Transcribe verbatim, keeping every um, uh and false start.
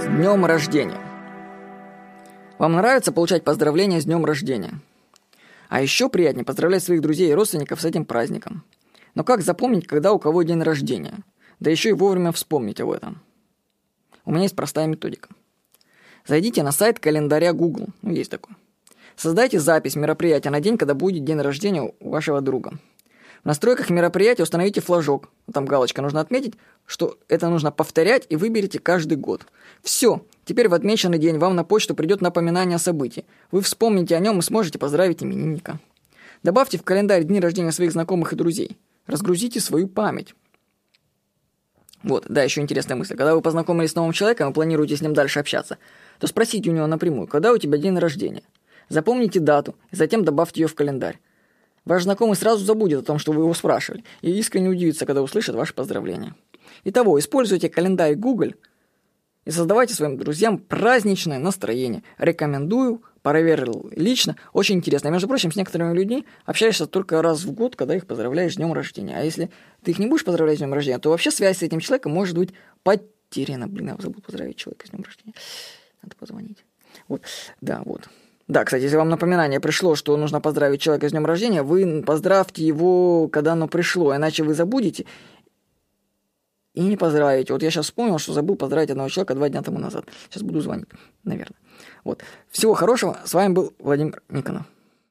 С днем рождения! Вам нравится получать поздравления с днем рождения? А еще приятнее поздравлять своих друзей и родственников с этим праздником. Но как запомнить, когда у кого день рождения? Да еще и вовремя вспомнить об этом. У меня есть простая методика. Зайдите на сайт календаря Google, ну есть такой. Создайте запись мероприятия на день, когда будет день рождения у вашего друга. В настройках мероприятия установите флажок. Там галочка, нужно отметить, что это нужно повторять, и выберите каждый год. Все, теперь в отмеченный день вам на почту придет напоминание о событии. Вы вспомните о нем и сможете поздравить именинника. Добавьте в календарь дни рождения своих знакомых и друзей. Разгрузите свою память. Вот, да, еще интересная мысль. Когда вы познакомились с новым человеком и планируете с ним дальше общаться, то спросите у него напрямую, когда у тебя день рождения. Запомните дату и затем добавьте ее в календарь. Ваш знакомый сразу забудет о том, что вы его спрашивали, и искренне удивится, когда услышит ваши поздравления. Итого, используйте календарь Google и создавайте своим друзьям праздничное настроение. Рекомендую, проверил лично, очень интересно. Между прочим, с некоторыми людьми общаешься только раз в год, когда их поздравляешь с днем рождения. А если ты их не будешь поздравлять с днем рождения, то вообще связь с этим человеком может быть потеряна. Блин, я забыл поздравить человека с днем рождения. Надо позвонить. Вот, да, вот. Да, кстати, если вам напоминание пришло, что нужно поздравить человека с днем рождения, вы поздравьте его, когда оно пришло, иначе вы забудете и не поздравите. Вот я сейчас вспомнил, что забыл поздравить одного человека два дня тому назад. Сейчас буду звонить, наверное. Вот. Всего хорошего. С вами был Владимир Никонов.